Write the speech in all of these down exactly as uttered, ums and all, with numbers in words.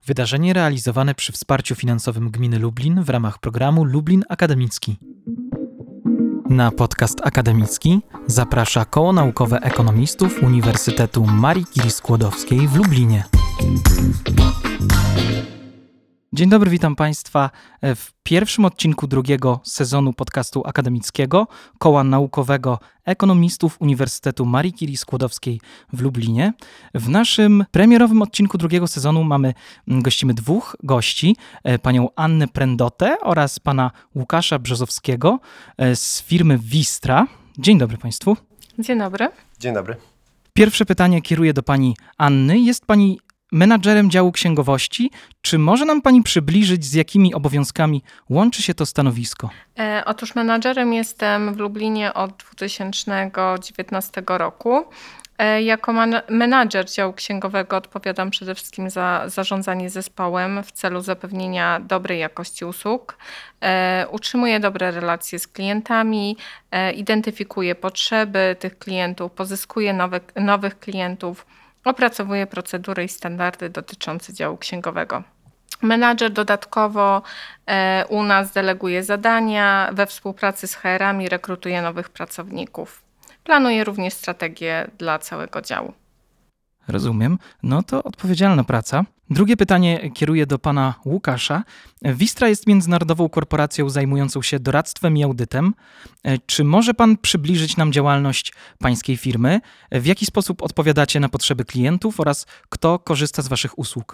Wydarzenie realizowane przy wsparciu finansowym Gminy Lublin w ramach programu Lublin Akademicki. Na podcast akademicki zaprasza Koło Naukowe Ekonomistów Uniwersytetu Marii Curie-Skłodowskiej w Lublinie. Dzień dobry, witam Państwa w pierwszym odcinku drugiego sezonu podcastu akademickiego Koła Naukowego Ekonomistów Uniwersytetu Marii Curie-Skłodowskiej w Lublinie. W naszym premierowym odcinku drugiego sezonu mamy, gościmy dwóch gości, panią Annę Prendotę oraz pana Łukasza Brzozowskiego z firmy Vistra. Dzień dobry Państwu. Dzień dobry. Dzień dobry. Pierwsze pytanie kieruję do pani Anny. Jest pani menadżerem działu księgowości. Czy może nam pani przybliżyć, z jakimi obowiązkami łączy się to stanowisko? E, otóż menadżerem jestem w Lublinie od dwa tysiące dziewiętnastego roku. E, jako man- menadżer działu księgowego odpowiadam przede wszystkim za zarządzanie zespołem w celu zapewnienia dobrej jakości usług. E, utrzymuję dobre relacje z klientami, e, identyfikuję potrzeby tych klientów, pozyskuję nowe, nowych klientów, opracowuje procedury i standardy dotyczące działu księgowego. Menadżer dodatkowo e, u nas deleguje zadania, we współpracy z H R-ami rekrutuje nowych pracowników. Planuje również strategię dla całego działu. Rozumiem. No to odpowiedzialna praca. Drugie pytanie kieruję do pana Łukasza. Vistra jest międzynarodową korporacją zajmującą się doradztwem i audytem. Czy może pan przybliżyć nam działalność pańskiej firmy? W jaki sposób odpowiadacie na potrzeby klientów oraz kto korzysta z waszych usług?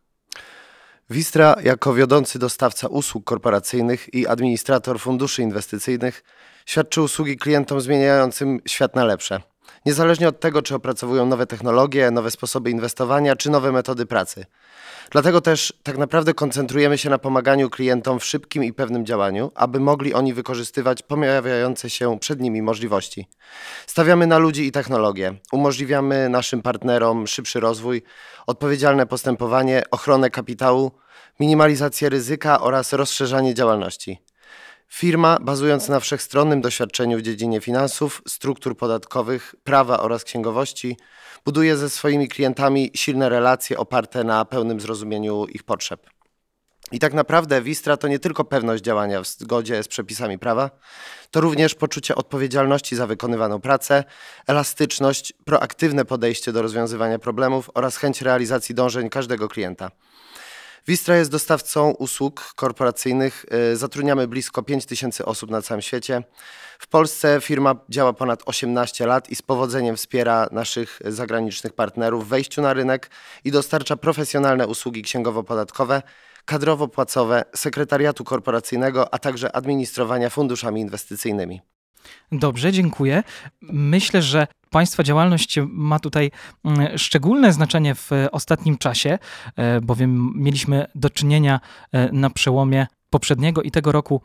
Vistra jako wiodący dostawca usług korporacyjnych i administrator funduszy inwestycyjnych świadczy usługi klientom zmieniającym świat na lepsze. Niezależnie od tego, czy opracowują nowe technologie, nowe sposoby inwestowania, czy nowe metody pracy. Dlatego też tak naprawdę koncentrujemy się na pomaganiu klientom w szybkim i pewnym działaniu, aby mogli oni wykorzystywać pojawiające się przed nimi możliwości. Stawiamy na ludzi i technologię, umożliwiamy naszym partnerom szybszy rozwój, odpowiedzialne postępowanie, ochronę kapitału, minimalizację ryzyka oraz rozszerzanie działalności. Firma, bazując na wszechstronnym doświadczeniu w dziedzinie finansów, struktur podatkowych, prawa oraz księgowości, buduje ze swoimi klientami silne relacje oparte na pełnym zrozumieniu ich potrzeb. I tak naprawdę Vistra to nie tylko pewność działania w zgodzie z przepisami prawa, to również poczucie odpowiedzialności za wykonywaną pracę, elastyczność, proaktywne podejście do rozwiązywania problemów oraz chęć realizacji dążeń każdego klienta. Vistra jest dostawcą usług korporacyjnych. Zatrudniamy blisko pięć tysięcy osób na całym świecie. W Polsce firma działa ponad osiemnaście lat i z powodzeniem wspiera naszych zagranicznych partnerów w wejściu na rynek i dostarcza profesjonalne usługi księgowo-podatkowe, kadrowo-płacowe, sekretariatu korporacyjnego, a także administrowania funduszami inwestycyjnymi. Dobrze, dziękuję. Myślę, że Państwa działalność ma tutaj szczególne znaczenie w ostatnim czasie, bowiem mieliśmy do czynienia na przełomie poprzedniego i tego roku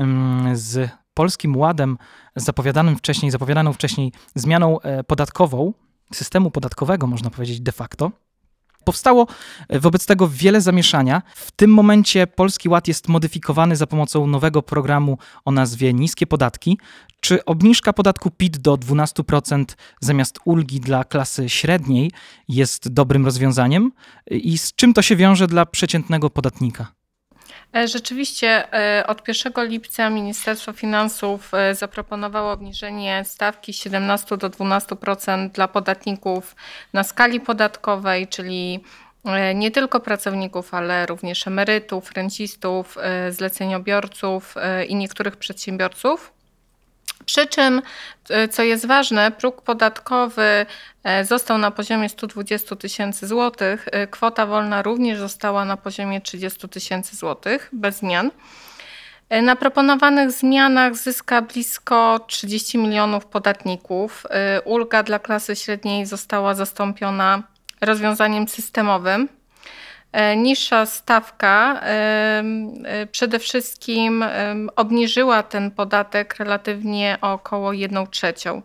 z Polskim Ładem, zapowiadanym wcześniej, zapowiadaną wcześniej zmianą podatkową, systemu podatkowego, można powiedzieć de facto. Powstało wobec tego wiele zamieszania. W tym momencie Polski Ład jest modyfikowany za pomocą nowego programu o nazwie Niskie Podatki. Czy obniżka podatku P I T do dwanaście procent zamiast ulgi dla klasy średniej jest dobrym rozwiązaniem? I z czym to się wiąże dla przeciętnego podatnika? Rzeczywiście od pierwszego lipca Ministerstwo Finansów zaproponowało obniżenie stawki z siedemnaście do dwunastu procent dla podatników na skali podatkowej, czyli nie tylko pracowników, ale również emerytów, rencistów, zleceniobiorców i niektórych przedsiębiorców. Przy czym, co jest ważne, próg podatkowy został na poziomie sto dwadzieścia tysięcy złotych. Kwota wolna również została na poziomie trzydzieści tysięcy złotych, bez zmian. Na proponowanych zmianach zyska blisko trzydzieści milionów podatników. Ulga dla klasy średniej została zastąpiona rozwiązaniem systemowym. Niższa stawka przede wszystkim obniżyła ten podatek relatywnie o około jedną trzecią.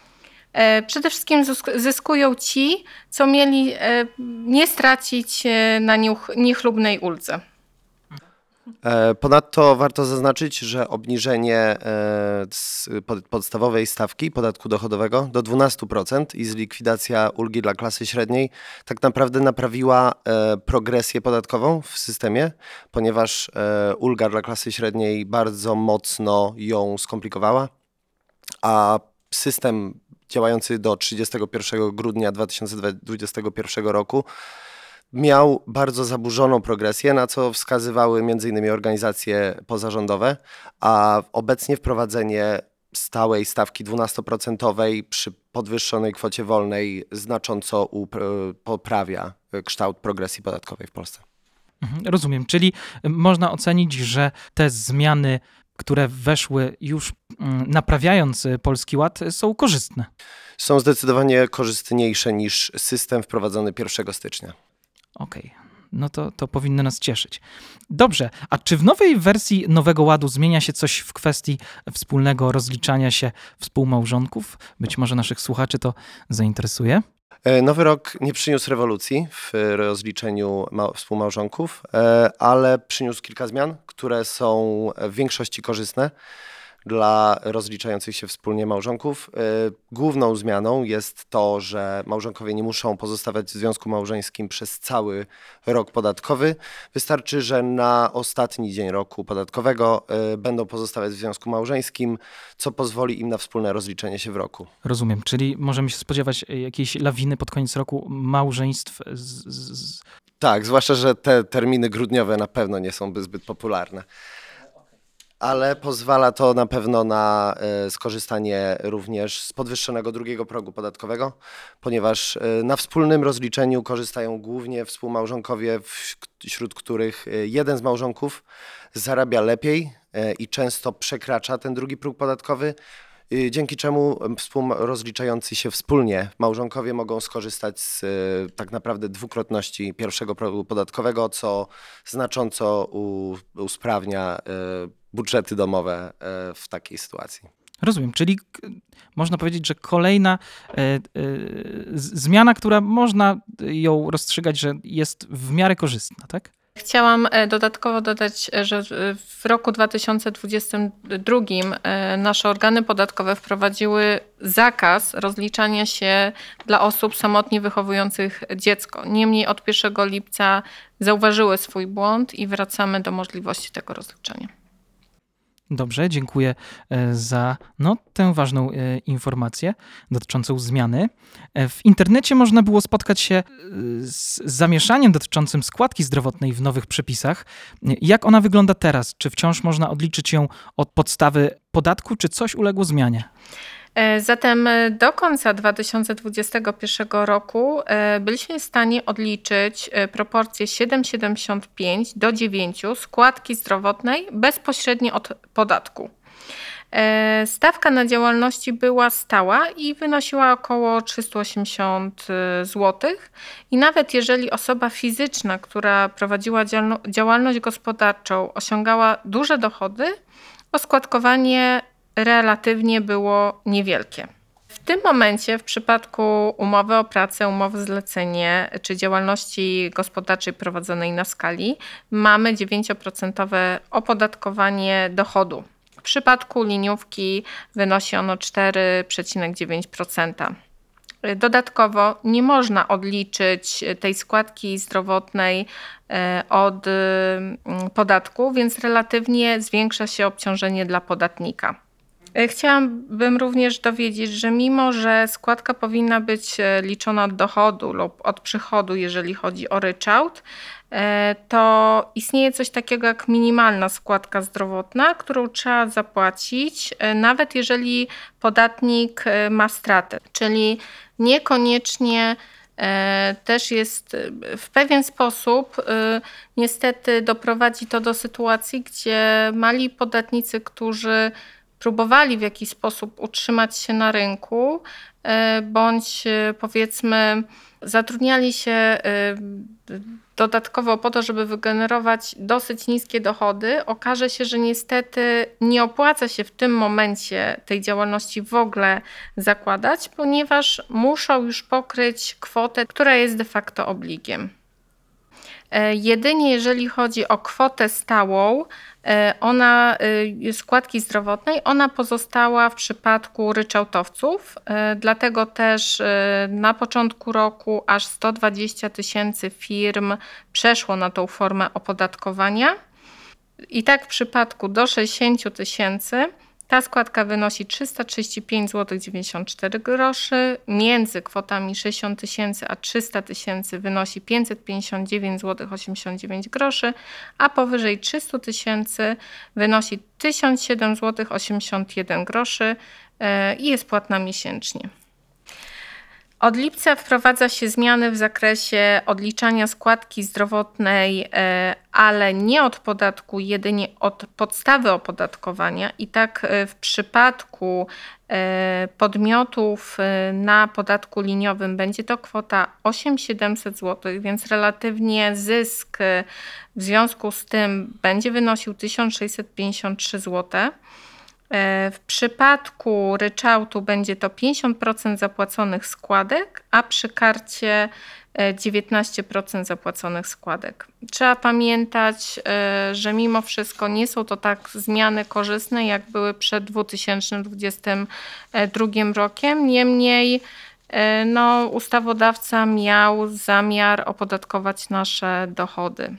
Przede wszystkim zyskują ci, co mieli nie stracić na niechlubnej uldze. E, Ponadto warto zaznaczyć, że obniżenie e, z pod- podstawowej stawki podatku dochodowego do dwanaście procent i zlikwidacja ulgi dla klasy średniej tak naprawdę naprawiła e, progresję podatkową w systemie, ponieważ e, ulga dla klasy średniej bardzo mocno ją skomplikowała, a system działający do trzydziestego pierwszego grudnia dwa tysiące dwudziestego pierwszego roku miał bardzo zaburzoną progresję, na co wskazywały między innymi organizacje pozarządowe, a obecnie wprowadzenie stałej stawki dwunastoprocentowej przy podwyższonej kwocie wolnej znacząco up- poprawia kształt progresji podatkowej w Polsce. Mhm, rozumiem, czyli można ocenić, że te zmiany, które weszły już mm, naprawiając y, Polski Ład, są korzystne. Są zdecydowanie korzystniejsze niż system wprowadzony pierwszego stycznia. Okej, no to, to powinno nas cieszyć. Dobrze, a czy w nowej wersji Nowego Ładu zmienia się coś w kwestii wspólnego rozliczania się współmałżonków? Być może naszych słuchaczy to zainteresuje. E, Nowy rok nie przyniósł rewolucji w rozliczeniu ma- współmałżonków, e, ale przyniósł kilka zmian, które są w większości korzystne dla rozliczających się wspólnie małżonków. E, Główną zmianą jest to, że małżonkowie nie muszą pozostawać w związku małżeńskim przez cały rok podatkowy. Wystarczy, że na ostatni dzień roku podatkowego e, będą pozostawać w związku małżeńskim, co pozwoli im na wspólne rozliczenie się w roku. Rozumiem, czyli możemy się spodziewać jakiejś lawiny pod koniec roku małżeństw z, z, z... Tak, zwłaszcza, że te terminy grudniowe na pewno nie są zbyt popularne. Ale pozwala to na pewno na e, skorzystanie również z podwyższonego drugiego progu podatkowego, ponieważ e, na wspólnym rozliczeniu korzystają głównie współmałżonkowie, wśród których e, jeden z małżonków zarabia lepiej e, i często przekracza ten drugi próg podatkowy, y, dzięki czemu współrozliczający się wspólnie małżonkowie mogą skorzystać z y, tak naprawdę dwukrotności pierwszego progu podatkowego, co znacząco u, usprawnia y, budżety domowe y, w takiej sytuacji. Rozumiem, czyli k- można powiedzieć, że kolejna e, e, z- zmiana, która można ją rozstrzygać, że jest w miarę korzystna, tak? Chciałam e, dodatkowo dodać, e, że w- w roku dwa tysiące dwudziestym drugim e, nasze organy podatkowe wprowadziły zakaz rozliczania się dla osób samotnie wychowujących dziecko. Niemniej od pierwszego lipca zauważyły swój błąd i wracamy do możliwości tego rozliczenia. Dobrze, dziękuję e, za no, tę ważną e, informację dotyczącą zmiany. E, W internecie można było spotkać się e, z zamieszaniem dotyczącym składki zdrowotnej w nowych przepisach. E, Jak ona wygląda teraz? Czy wciąż można odliczyć ją od podstawy podatku, czy coś uległo zmianie? E, Zatem e, do końca dwa tysiące dwudziestego pierwszego roku e, byliśmy w stanie odliczyć e, proporcję siedem przecinek siedemdziesiąt pięć do dziewięciu składki zdrowotnej bezpośrednio od podatku. E, Stawka na działalności była stała i wynosiła około trzysta osiemdziesiąt złotych. I nawet jeżeli osoba fizyczna, która prowadziła działalno- działalność gospodarczą, osiągała duże dochody, oskładkowanie relatywnie było niewielkie. W tym momencie w przypadku umowy o pracę, umowy zlecenie czy działalności gospodarczej prowadzonej na skali mamy dziewięć procent opodatkowanie dochodu. W przypadku liniówki wynosi ono cztery przecinek dziewięć procent. Dodatkowo nie można odliczyć tej składki zdrowotnej e, od mm, podatku, więc relatywnie zwiększa się obciążenie dla podatnika. E, Chciałabym również dowiedzieć, że mimo że składka powinna być e, liczona od dochodu lub od przychodu, jeżeli chodzi o ryczałt, e, to istnieje coś takiego jak minimalna składka zdrowotna, którą trzeba zapłacić, e, nawet jeżeli podatnik e, ma stratę. Czyli niekoniecznie e, też jest e, w pewien sposób e, niestety doprowadzi to do sytuacji, gdzie mali podatnicy, którzy próbowali w jakiś sposób utrzymać się na rynku, e, bądź e, powiedzmy zatrudniali się e, dodatkowo po to, żeby wygenerować dosyć niskie dochody, okaże się, że niestety nie opłaca się w tym momencie tej działalności w ogóle zakładać, ponieważ muszą już pokryć kwotę, która jest de facto obligiem. Jedynie jeżeli chodzi o kwotę stałą, ona, składki zdrowotnej, ona pozostała w przypadku ryczałtowców, dlatego też na początku roku aż sto dwadzieścia tysięcy firm przeszło na tą formę opodatkowania. I tak w przypadku do sześćdziesiąt tysięcy ta składka wynosi trzysta trzydzieści pięć złotych dziewięćdziesiąt cztery groszy, między kwotami sześćdziesiąt tysięcy a trzysta tysięcy wynosi pięćset pięćdziesiąt dziewięć złotych osiemdziesiąt dziewięć groszy, a powyżej trzysta tysięcy wynosi tysiąc siedem złotych osiemdziesiąt jeden groszy i jest płatna miesięcznie. Od lipca wprowadza się zmiany w zakresie odliczania składki zdrowotnej, ale nie od podatku, jedynie od podstawy opodatkowania. I tak w przypadku podmiotów na podatku liniowym będzie to kwota osiem tysięcy siedemset złotych, więc relatywnie zysk w związku z tym będzie wynosił tysiąc sześćset pięćdziesiąt trzy złote. W przypadku ryczałtu będzie to pięćdziesiąt procent zapłaconych składek, a przy karcie dziewiętnaście procent zapłaconych składek. Trzeba pamiętać, że mimo wszystko nie są to tak zmiany korzystne, jak były przed dwa tysiące dwudziestym drugim rokiem. Niemniej no, ustawodawca miał zamiar opodatkować nasze dochody.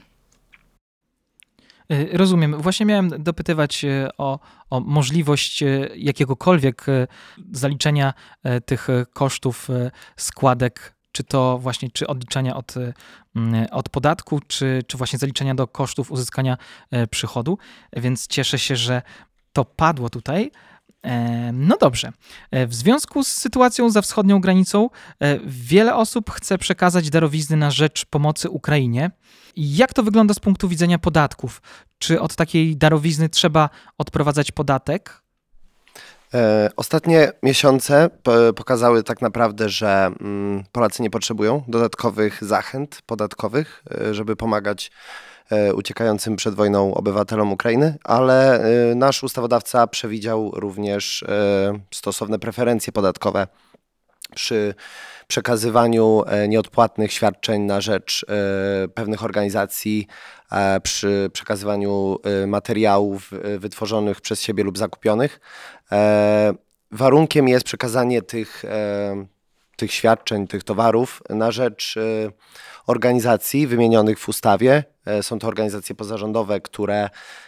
Rozumiem. Właśnie miałem dopytywać o, o możliwość jakiegokolwiek zaliczenia tych kosztów składek, czy to właśnie czy odliczania od, od podatku, czy, czy właśnie zaliczenia do kosztów uzyskania przychodu, więc cieszę się, że to padło tutaj. No dobrze. W związku z sytuacją za wschodnią granicą wiele osób chce przekazać darowizny na rzecz pomocy Ukrainie. Jak to wygląda z punktu widzenia podatków? Czy od takiej darowizny trzeba odprowadzać podatek? Ostatnie miesiące pokazały tak naprawdę, że Polacy nie potrzebują dodatkowych zachęt podatkowych, żeby pomagać uciekającym przed wojną obywatelom Ukrainy, ale nasz ustawodawca przewidział również stosowne preferencje podatkowe przy przekazywaniu nieodpłatnych świadczeń na rzecz pewnych organizacji, przy przekazywaniu materiałów wytworzonych przez siebie lub zakupionych. Warunkiem jest przekazanie tych, tych świadczeń, tych towarów na rzecz organizacji wymienionych w ustawie. Są to organizacje pozarządowe, które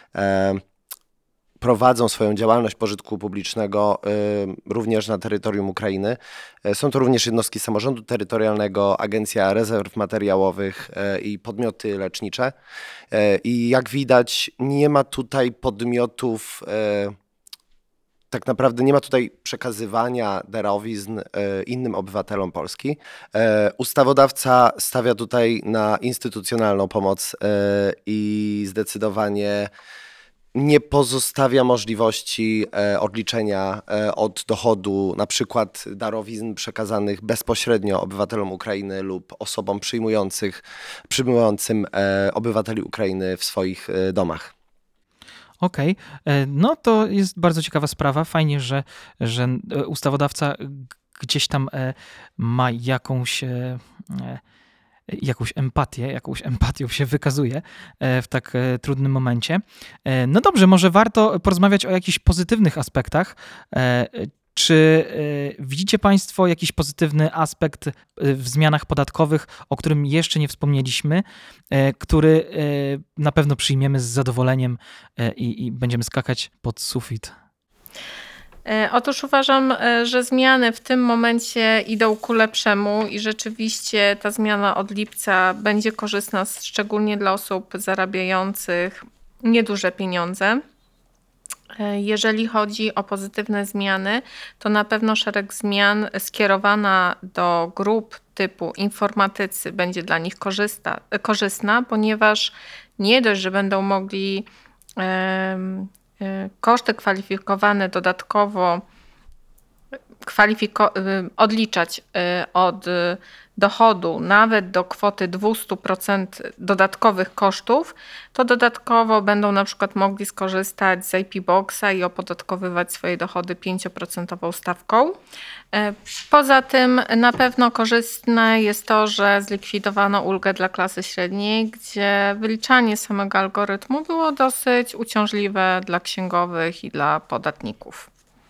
prowadzą swoją działalność pożytku publicznego również na terytorium Ukrainy. Są to również jednostki samorządu terytorialnego, Agencja Rezerw Materiałowych i podmioty lecznicze. I jak widać, nie ma tutaj podmiotów, tak naprawdę nie ma tutaj przekazywania darowizn innym obywatelom Polski. Ustawodawca stawia tutaj na instytucjonalną pomoc i zdecydowanie nie pozostawia możliwości odliczenia od dochodu na przykład darowizn przekazanych bezpośrednio obywatelom Ukrainy lub osobom przyjmujących, przyjmującym obywateli Ukrainy w swoich domach. Okej, okay. No to jest bardzo ciekawa sprawa. Fajnie, że, że ustawodawca gdzieś tam ma jakąś, jakąś empatię, jakąś empatią się wykazuje w tak trudnym momencie. No dobrze, może warto porozmawiać o jakichś pozytywnych aspektach. Czy widzicie Państwo jakiś pozytywny aspekt w zmianach podatkowych, o którym jeszcze nie wspomnieliśmy, który na pewno przyjmiemy z zadowoleniem i, i będziemy skakać pod sufit? Otóż uważam, że zmiany w tym momencie idą ku lepszemu i rzeczywiście ta zmiana od lipca będzie korzystna szczególnie dla osób zarabiających nieduże pieniądze. Jeżeli chodzi o pozytywne zmiany, to na pewno szereg zmian skierowana do grup typu informatycy będzie dla nich korzysta, korzystna, ponieważ nie dość, że będą mogli e, e, koszty kwalifikowane dodatkowo kwalifiko- y, odliczać y, od y, dochodu nawet do kwoty dwieście procent dodatkowych kosztów, to dodatkowo będą na przykład mogli skorzystać z I P Boxa i opodatkowywać swoje dochody pięć procent stawką. Poza tym na pewno korzystne jest to, że zlikwidowano ulgę dla klasy średniej, gdzie wyliczanie samego algorytmu było dosyć uciążliwe dla księgowych i dla podatników.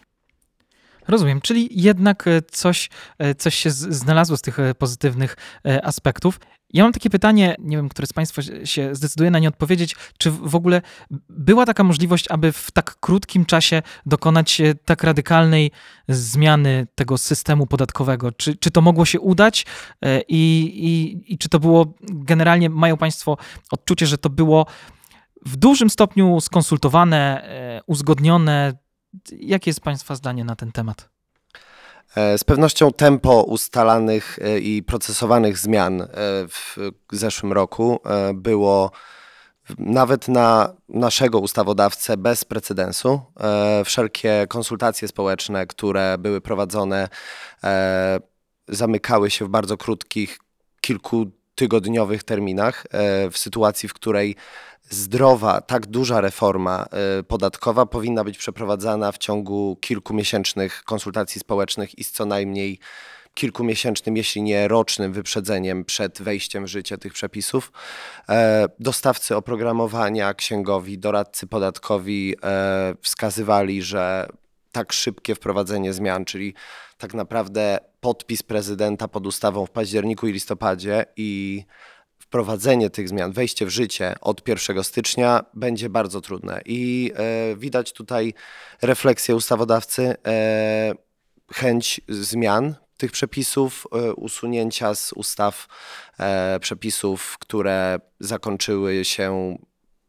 Rozumiem, czyli jednak e, coś, e, coś się z- znalazło z tych e, pozytywnych e, aspektów. Ja mam takie pytanie, nie wiem, który z Państwa się- się zdecyduje na nie odpowiedzieć. Czy w w ogóle była taka możliwość, aby w tak krótkim czasie dokonać e, tak radykalnej zmiany tego systemu podatkowego? Czy, czy to mogło się udać e, i, i, i czy to było generalnie, mają Państwo odczucie, że to było w dużym stopniu skonsultowane, e, uzgodnione? Jakie jest Państwa zdanie na ten temat? E, Z pewnością tempo ustalanych e, i procesowanych zmian e, w zeszłym roku e, było w- nawet na naszego ustawodawcę bez precedensu. E, Wszelkie konsultacje społeczne, które były prowadzone, e, zamykały się w bardzo krótkich, kilkutygodniowych terminach, e, w sytuacji, w której zdrowa, tak duża reforma e, podatkowa powinna być przeprowadzana w ciągu kilkumiesięcznych konsultacji społecznych i z co najmniej kilkumiesięcznym, jeśli nie rocznym wyprzedzeniem przed wejściem w życie tych przepisów. E, Dostawcy oprogramowania, księgowi, doradcy podatkowi e, wskazywali, że tak szybkie wprowadzenie zmian, czyli tak naprawdę podpis prezydenta pod ustawą w październiku i listopadzie i wprowadzenie tych zmian, wejście w życie od pierwszego stycznia będzie bardzo trudne. I e, widać tutaj refleksję ustawodawcy, e, chęć zmian tych przepisów, e, usunięcia z ustaw e, przepisów, które zakończyły się,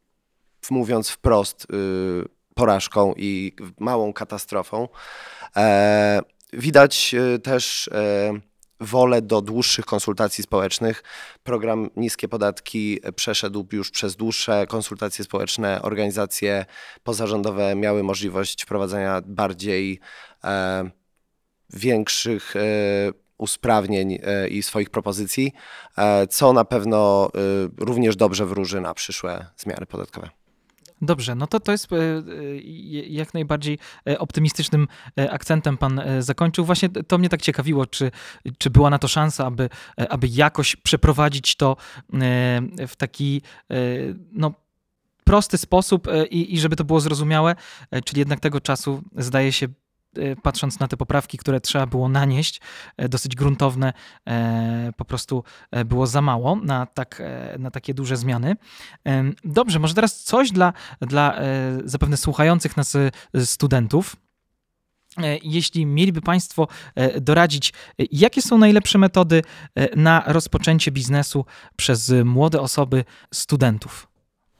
mówiąc wprost, y, porażką i małą katastrofą. E, Widać e, też e, wolę do dłuższych konsultacji społecznych. Program Niskie Podatki przeszedł już przez dłuższe konsultacje społeczne. Organizacje pozarządowe miały możliwość wprowadzania bardziej e, większych e, usprawnień e, i swoich propozycji, e, co na pewno e, również dobrze wróży na przyszłe zmiany podatkowe. Dobrze, no to to jest e, e, jak najbardziej e, optymistycznym e, akcentem pan e, zakończył. Właśnie to mnie tak ciekawiło, czy, czy była na to szansa, aby, e, aby jakoś przeprowadzić to e, w taki e, no, prosty sposób e, i, i żeby to było zrozumiałe, e, czyli jednak tego czasu zdaje się, e, patrząc na te poprawki, które trzeba było nanieść, e, dosyć gruntowne, e, po prostu e, było za mało na, tak, e, na takie duże zmiany. Em, Dobrze, może teraz coś dla, dla e, zapewne słuchających nas e, studentów. E, Jeśli mieliby Państwo e, doradzić, e, jakie są najlepsze metody e, na rozpoczęcie biznesu przez e, młode osoby, studentów?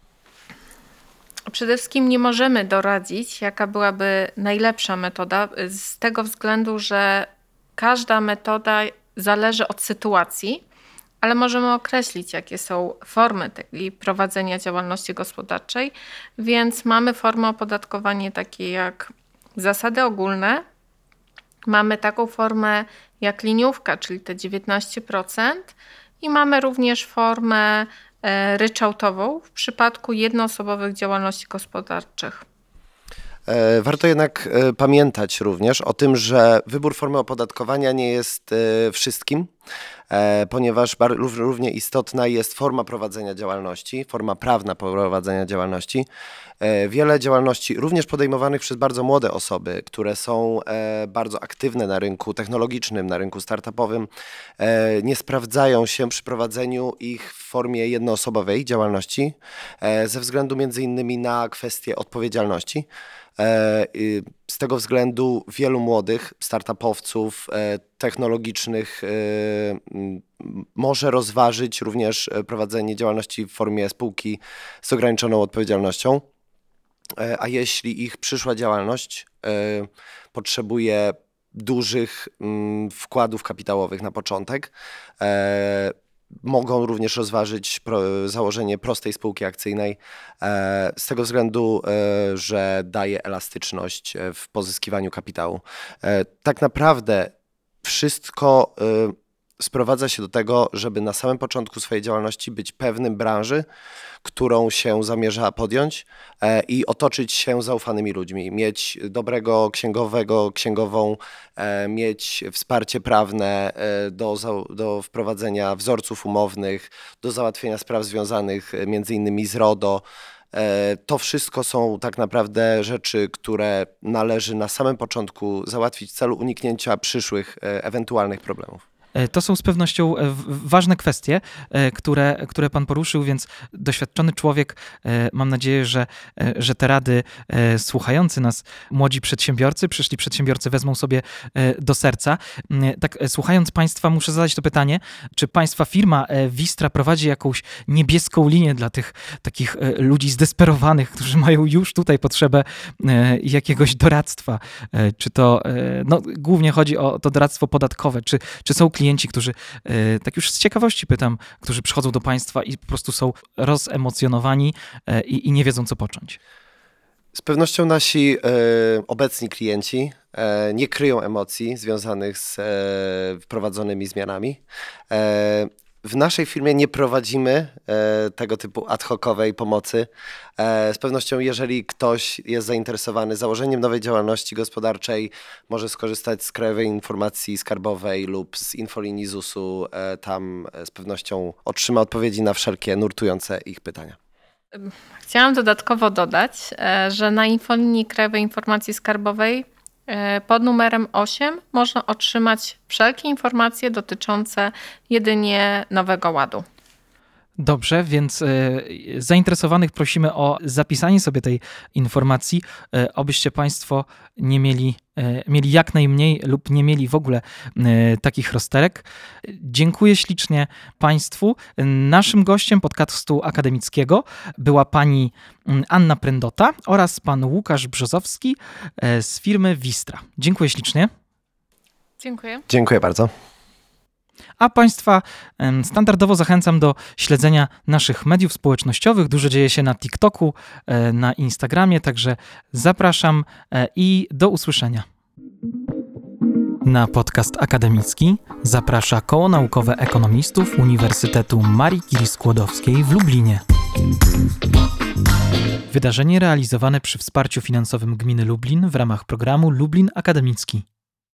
Przede wszystkim nie możemy doradzić, jaka byłaby najlepsza metoda, z tego względu, że każda metoda zależy od sytuacji, ale możemy określić, jakie są formy tej prowadzenia działalności gospodarczej, więc mamy formę opodatkowania takie jak zasady ogólne, mamy taką formę jak liniówka, czyli te dziewiętnaście procent i mamy również formę e, ryczałtową w przypadku jednoosobowych działalności gospodarczych. E, Warto jednak e, pamiętać również o tym, że wybór formy opodatkowania nie jest e, wszystkim, e, ponieważ bar- rów- równie istotna jest forma prowadzenia działalności, forma prawna prowadzenia działalności. E, Wiele działalności, również podejmowanych przez bardzo młode osoby, które są e, bardzo aktywne na rynku technologicznym, na rynku startupowym, e, nie sprawdzają się przy prowadzeniu ich w formie jednoosobowej działalności e, ze względu między innymi na kwestie odpowiedzialności. E, y, Z tego względu wielu młodych startupowców e, technologicznych e, m, może rozważyć również e, prowadzenie działalności w formie spółki z ograniczoną odpowiedzialnością. E, A jeśli ich przyszła działalność e, potrzebuje dużych mm, wkładów kapitałowych na początek, e, mogą również rozważyć pro, założenie prostej spółki akcyjnej e, z tego względu, e, że daje elastyczność w pozyskiwaniu kapitału. E, tak naprawdę wszystko e, sprowadza się do tego, żeby na samym początku swojej działalności być pewnym branży, którą się zamierza podjąć e, i otoczyć się zaufanymi ludźmi. Mieć dobrego księgowego, księgową, e, mieć wsparcie prawne e, do, za, do wprowadzenia wzorców umownych, do załatwienia spraw związanych e, między innymi z RODO. E, to wszystko są tak naprawdę rzeczy, które należy na samym początku załatwić w celu uniknięcia przyszłych e, ewentualnych problemów. To są z pewnością ważne kwestie, które, które pan poruszył, więc doświadczony człowiek, mam nadzieję, że, że te rady słuchający nas młodzi przedsiębiorcy, przyszli przedsiębiorcy wezmą sobie do serca. Tak, słuchając państwa, muszę zadać to pytanie, czy państwa firma Vistra prowadzi jakąś niebieską linię dla tych takich ludzi zdesperowanych, którzy mają już tutaj potrzebę jakiegoś doradztwa? Czy to, no głównie chodzi o to doradztwo podatkowe, czy, czy są klienci, którzy, tak już z ciekawości pytam, którzy przychodzą do państwa i po prostu są rozemocjonowani i, i nie wiedzą, co począć? Z pewnością nasi e, obecni klienci e, nie kryją emocji związanych z e, wprowadzonymi zmianami. E, W naszej firmie nie prowadzimy e, tego typu ad hocowej pomocy. E, z pewnością, jeżeli ktoś jest zainteresowany założeniem nowej działalności gospodarczej, może skorzystać z Krajowej Informacji Skarbowej lub z infolinii zusu. E, tam z pewnością otrzyma odpowiedzi na wszelkie nurtujące ich pytania. Chciałam dodatkowo dodać, e, że na infolinii Krajowej Informacji Skarbowej pod numerem osiem można otrzymać wszelkie informacje dotyczące jedynie Nowego Ładu. Dobrze, więc y, zainteresowanych prosimy o zapisanie sobie tej informacji, y, abyście państwo nie mieli, y, mieli jak najmniej lub nie mieli w ogóle y, takich rozterek. Dziękuję ślicznie państwu. Naszym gościem podcastu akademickiego była pani Anna Prędota oraz pan Łukasz Brzozowski y, z firmy Vistra. Dziękuję ślicznie. Dziękuję. Dziękuję bardzo. A państwa standardowo zachęcam do śledzenia naszych mediów społecznościowych. Dużo dzieje się na TikToku, na Instagramie, także zapraszam i do usłyszenia. Na podcast akademicki zaprasza Koło Naukowe Ekonomistów Uniwersytetu Marii Curie-Skłodowskiej w Lublinie. Wydarzenie realizowane przy wsparciu finansowym Gminy Lublin w ramach programu Lublin Akademicki.